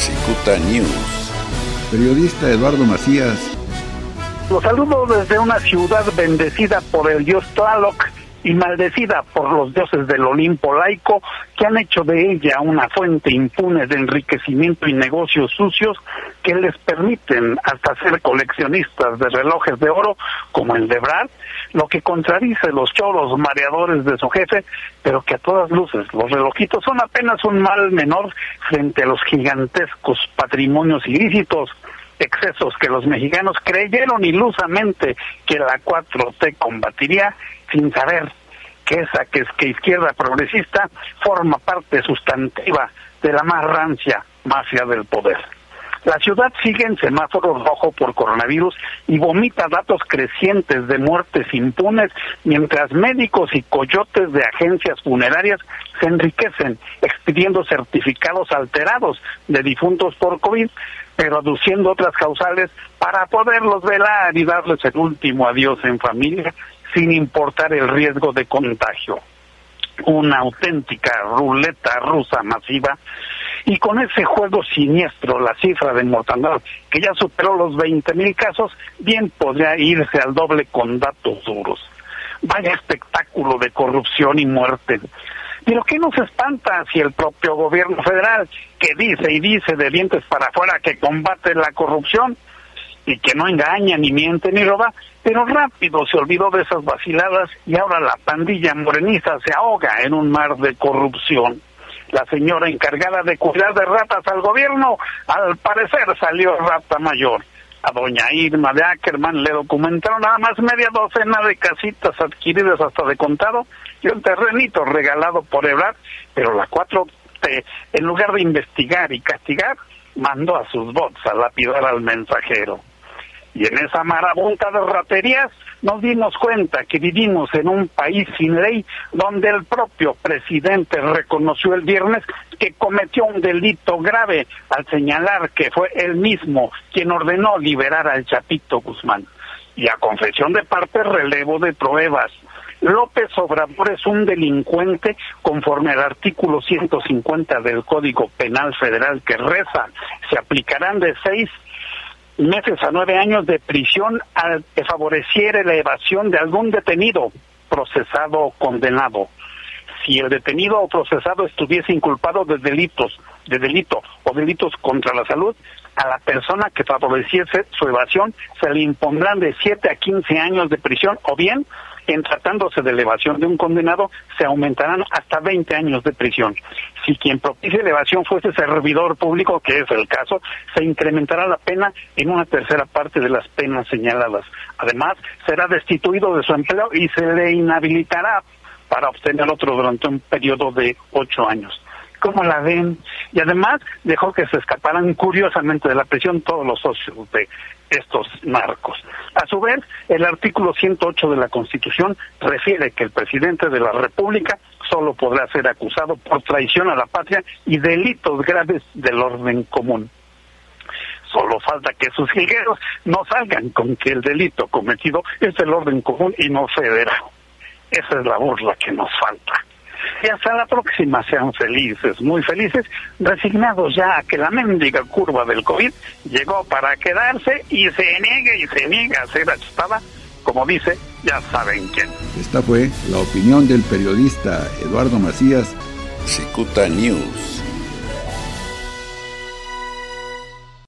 Cicuta News. Periodista Eduardo Macías. Los saludo desde una ciudad bendecida por el dios Tlaloc y maldecida por los dioses del Olimpo laico, que han hecho de ella una fuente impune de enriquecimiento y negocios sucios que les permiten hasta ser coleccionistas de relojes de oro como el de Brad, lo que contradice los choros mareadores de su jefe, pero que a todas luces los relojitos son apenas un mal menor frente a los gigantescos patrimonios ilícitos, excesos que los mexicanos creyeron ilusamente que la 4T combatiría, sin saber que esa que izquierda progresista forma parte sustantiva de la más rancia mafia del poder. La ciudad sigue en semáforo rojo por coronavirus y vomita datos crecientes de muertes impunes, mientras médicos y coyotes de agencias funerarias se enriquecen expidiendo certificados alterados de difuntos por COVID, pero aduciendo otras causales para poderlos velar y darles el último adiós en familia, sin importar el riesgo de contagio. Una auténtica ruleta rusa masiva, y con ese juego siniestro, la cifra de mortandad, que ya superó los 20,000 casos, bien podría irse al doble con datos duros. Vaya espectáculo de corrupción y muerte. Pero ¿qué nos espanta si el propio gobierno federal, que dice y dice de dientes para afuera que combate la corrupción y que no engaña, ni miente, ni roba, pero rápido se olvidó de esas vaciladas y ahora la pandilla morenista se ahoga en un mar de corrupción? La señora encargada de cuidar de ratas al gobierno, al parecer salió rata mayor. A doña Irma de Ackerman le documentaron nada más media docena de casitas adquiridas hasta de contado y un terrenito regalado por Ebrard, pero la 4T, en lugar de investigar y castigar, mandó a sus bots a lapidar al mensajero. Y en esa marabunta de raterías nos dimos cuenta que vivimos en un país sin ley, donde el propio presidente reconoció el viernes que cometió un delito grave al señalar que fue él mismo quien ordenó liberar al Chapito Guzmán. Y a confesión de parte, relevo de pruebas. López Obrador es un delincuente conforme al artículo 150 del Código Penal Federal, que reza: se aplicarán de 6 meses a 9 años de prisión al que favoreciere la evasión de algún detenido, procesado o condenado. Si el detenido o procesado estuviese inculpado de delito o delitos contra la salud, a la persona que favoreciese su evasión se le impondrán de 7 a 15 años de prisión, o bien, en tratándose de la evasión de un condenado, se aumentarán hasta 20 años de prisión. Si quien propicie la evasión fuese servidor público, que es el caso, se incrementará la pena en una tercera parte de las penas señaladas. Además, será destituido de su empleo y se le inhabilitará para obtener otro durante un periodo de 8 años. ¿Cómo la ven? Y además dejó que se escaparan curiosamente de la prisión todos los socios de estos narcos. A su vez, el artículo 108 de la Constitución refiere que el presidente de la República solo podrá ser acusado por traición a la patria y delitos graves del orden común. Solo falta que sus jilgueros no salgan con que el delito cometido es del orden común y no federal. Esa es la burla que nos falta. Y hasta la próxima, sean felices, muy felices, resignados ya a que la mendiga curva del COVID llegó para quedarse y se niega a ser ajustada, como dice, ya saben quién. Esta fue la opinión del periodista Eduardo Macías. Cicuta News.